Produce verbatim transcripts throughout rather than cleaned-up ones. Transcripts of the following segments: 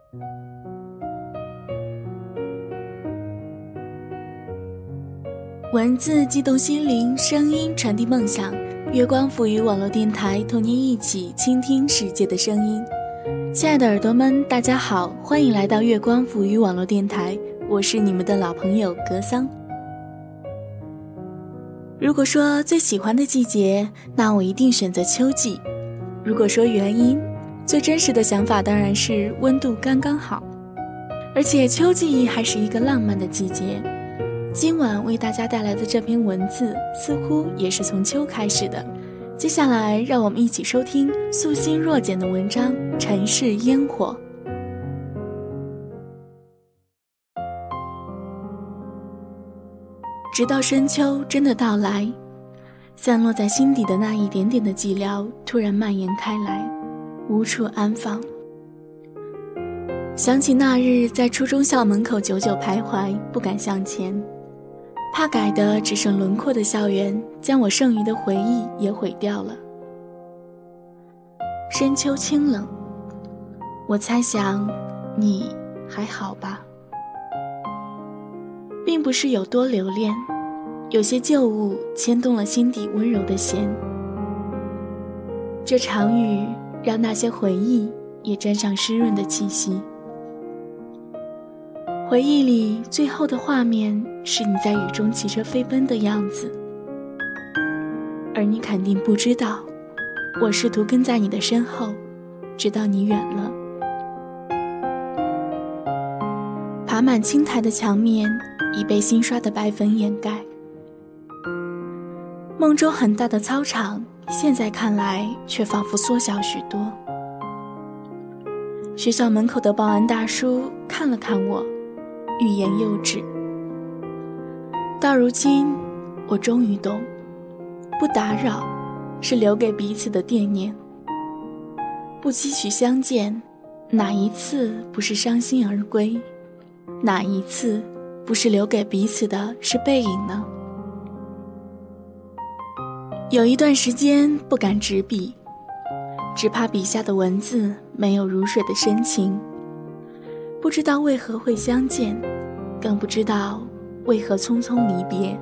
文字激动心灵，声音传递梦想。月光赋予网络电台，同您一起倾听世界的声音。亲爱的耳朵们，大家好，欢迎来到月光赋予网络电台，我是你们的老朋友格桑。如果说最喜欢的季节，那我一定选择秋季。如果说原因，最真实的想法当然是温度刚刚好，而且秋季还是一个浪漫的季节。今晚为大家带来的这篇文字似乎也是从秋开始的。接下来让我们一起收听素心若简的文章《城市烟火》。直到深秋真的到来，散落在心底的那一点点的寂寥突然蔓延开来，无处安放。想起那日在初中校门口久久徘徊，不敢向前，怕改的只剩轮廓的校园，将我剩余的回忆也毁掉了。深秋清冷，我猜想你还好吧？并不是有多留恋，有些旧物牵动了心底温柔的弦。这场雨让那些回忆也沾上湿润的气息。回忆里最后的画面是你在雨中骑车飞奔的样子，而你肯定不知道，我试图跟在你的身后，直到你远了。爬满青苔的墙面已被新刷的白粉掩盖，梦中很大的操场现在看来却仿佛缩小许多。学校门口的保安大叔看了看我，欲言又止。到如今我终于懂，不打扰是留给彼此的惦念，不期许相见，哪一次不是伤心而归？哪一次不是留给彼此的是背影呢？有一段时间不敢执笔，只怕笔下的文字没有如水的深情，不知道为何会相见，更不知道为何匆匆离别。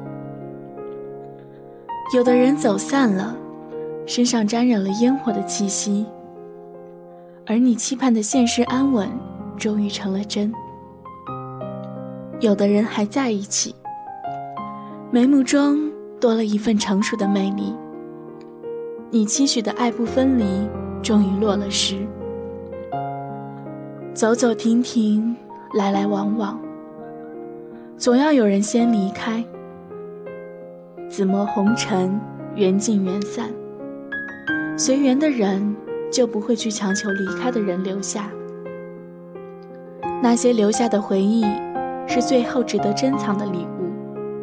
有的人走散了，身上沾染了烟火的气息，而你期盼的现实安稳终于成了真。有的人还在一起，眉目中多了一份成熟的魅力，你期许的爱不分离终于落了实。走走停停，来来往往，总要有人先离开。紫陌红尘，缘尽缘散，随缘的人就不会去强求离开的人留下。那些留下的回忆是最后值得珍藏的礼物。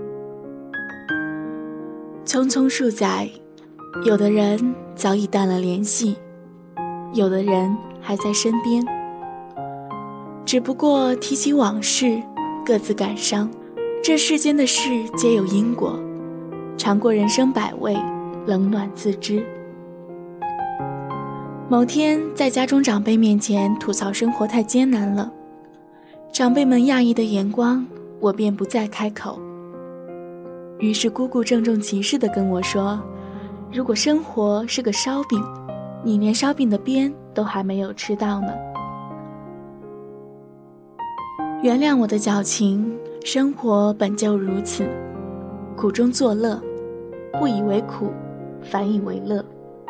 匆匆数载，有的人早已淡了联系，有的人还在身边，只不过提起往事，各自感伤。这世间的事皆有因果，尝过人生百味，冷暖自知。某天在家中长辈面前吐槽生活太艰难了，长辈们讶异的眼光，我便不再开口。于是姑姑郑重其事地跟我说，如果生活是个烧饼，你连烧饼的边都还没有吃到呢。原谅我的矫情，生活本就如此，苦中作乐，不以为苦，反以为乐。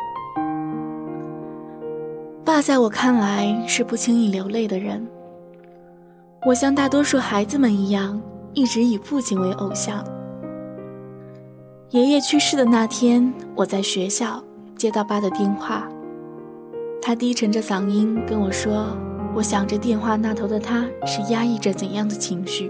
爸在我看来是不轻易流泪的人，我像大多数孩子们一样，一直以父亲为偶像。爷爷去世的那天，我在学校接到爸的电话，他低沉着嗓音跟我说，我想着电话那头的他是压抑着怎样的情绪。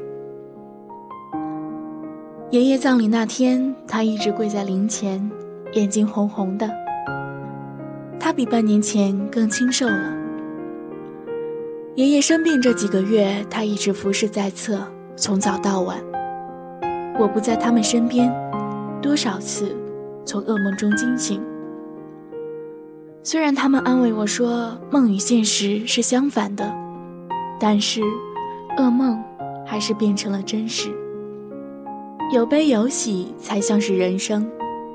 爷爷葬礼那天，他一直跪在灵前，眼睛红红的，他比半年前更清瘦了。爷爷生病这几个月，他一直服侍在侧，从早到晚。我不在他们身边，多少次从噩梦中惊醒。虽然他们安慰我说梦与现实是相反的， 但是噩梦还是变成了真实。有悲有喜才像是人生。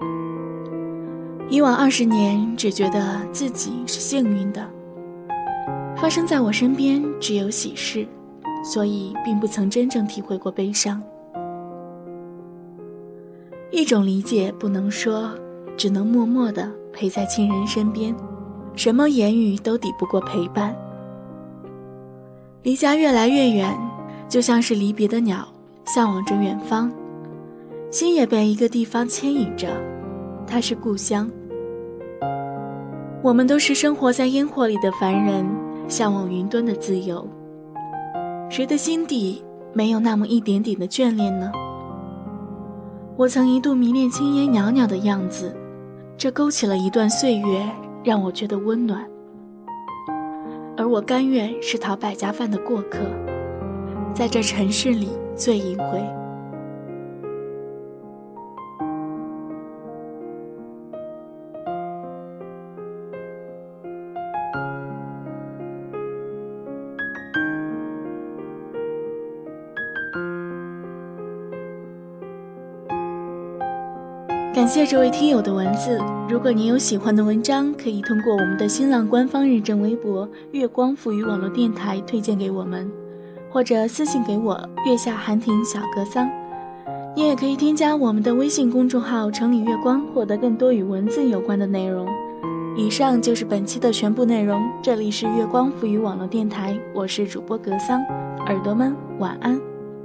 以往二十年只觉得自己是幸运的，发生在我身边只有喜事，所以并不曾真正体会过悲伤。一种理解不能说，只能默默地陪在亲人身边，什么言语都抵不过陪伴。离家越来越远，就像是离别的鸟，向往着远方，心也被一个地方牵引着，它是故乡。我们都是生活在烟火里的凡人，向往云端的自由。谁的心底没有那么一点点的眷恋呢？我曾一度迷恋青烟袅袅的样子，这勾起了一段岁月，让我觉得温暖。而我甘愿是讨百家饭的过客，在这尘世里醉一回。感谢这位听友的文字，如果你有喜欢的文章，可以通过我们的新浪官方认证微博月光赋予网络电台推荐给我们，或者私信给我月下寒亭小格桑。你也可以添加我们的微信公众号城里月光，获得更多与文字有关的内容。以上就是本期的全部内容，这里是月光赋予网络电台，我是主播格桑，耳朵们晚安。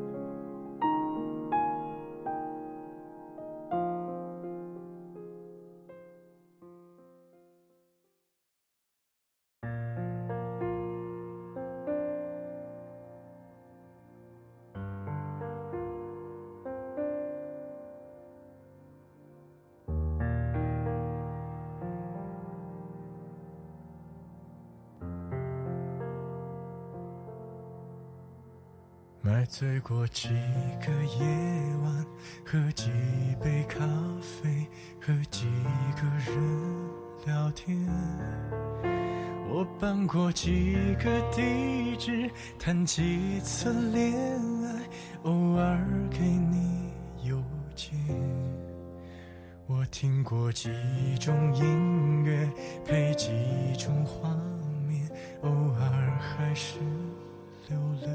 买醉过几个夜晚，喝几杯咖啡，和几个人聊天。我搬过几个地址，谈几次恋爱，偶尔给你邮件。我听过几种音乐，配几种画面，偶尔还是流泪。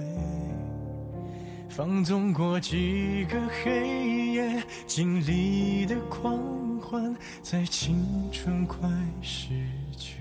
放纵过几个黑夜，经历的狂欢，在青春快逝去。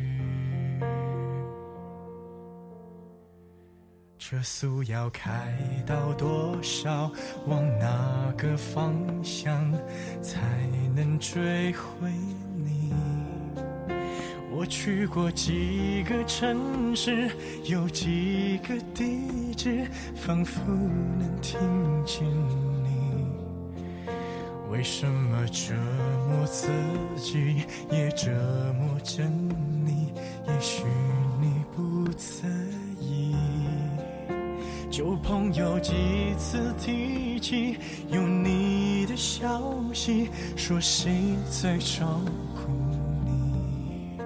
车速要开到多少，往哪个方向，才能追回你？我去过几个城市，有几个地址，仿佛能听见你。为什么折磨自己，也折磨着你？也许你不在意。旧朋友几次提起有你的消息，说谁在照顾你？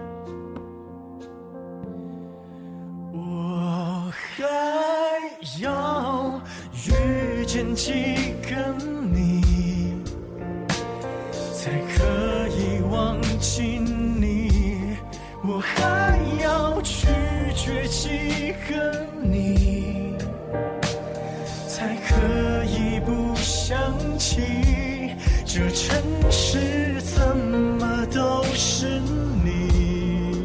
我还要遇见几个你，才可以忘记你？我还要拒绝几个你，才可以不想起这城市怎么都是你。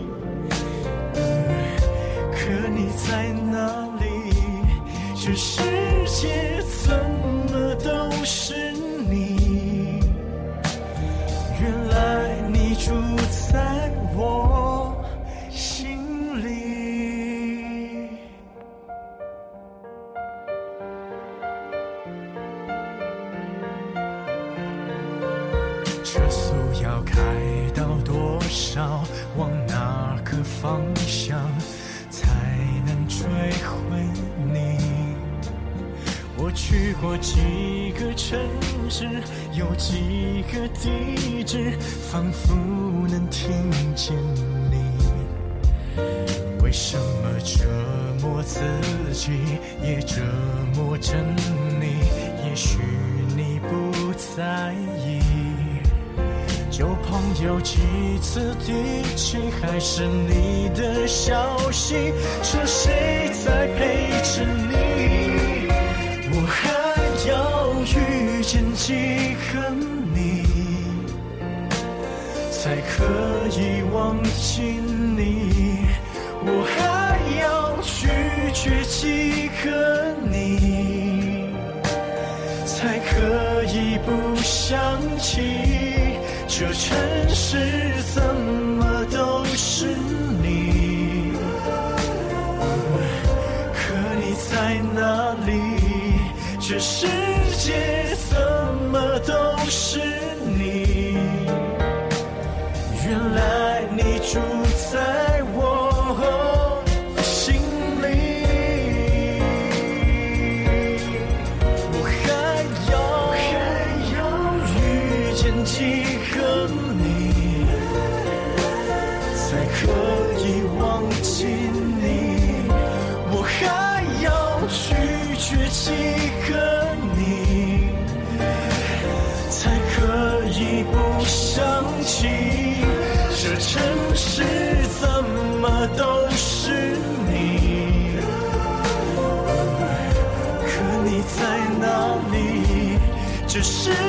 可你在哪里？这世界怎么都是你？原来你住在我心里。车速要开到多少，往哪个方向，才能追回你？我去过几个城市，有几个地址，仿佛能听见你。为什么折磨自己也折磨着你，也许你不在意。旧朋友几次提起还是你的消息，说谁在陪着你，我还要遇见几个你，才可以忘记你，我还要拒绝几个你，才可以不想起这城市怎么都是你。可你在哪里？这世界怎么都是你。原来你住在我心里，我还要还要遇见几个你，才可以忘记你，我还要拒绝几个你，才可以不想起这城市怎么都是你。可你在哪里？这世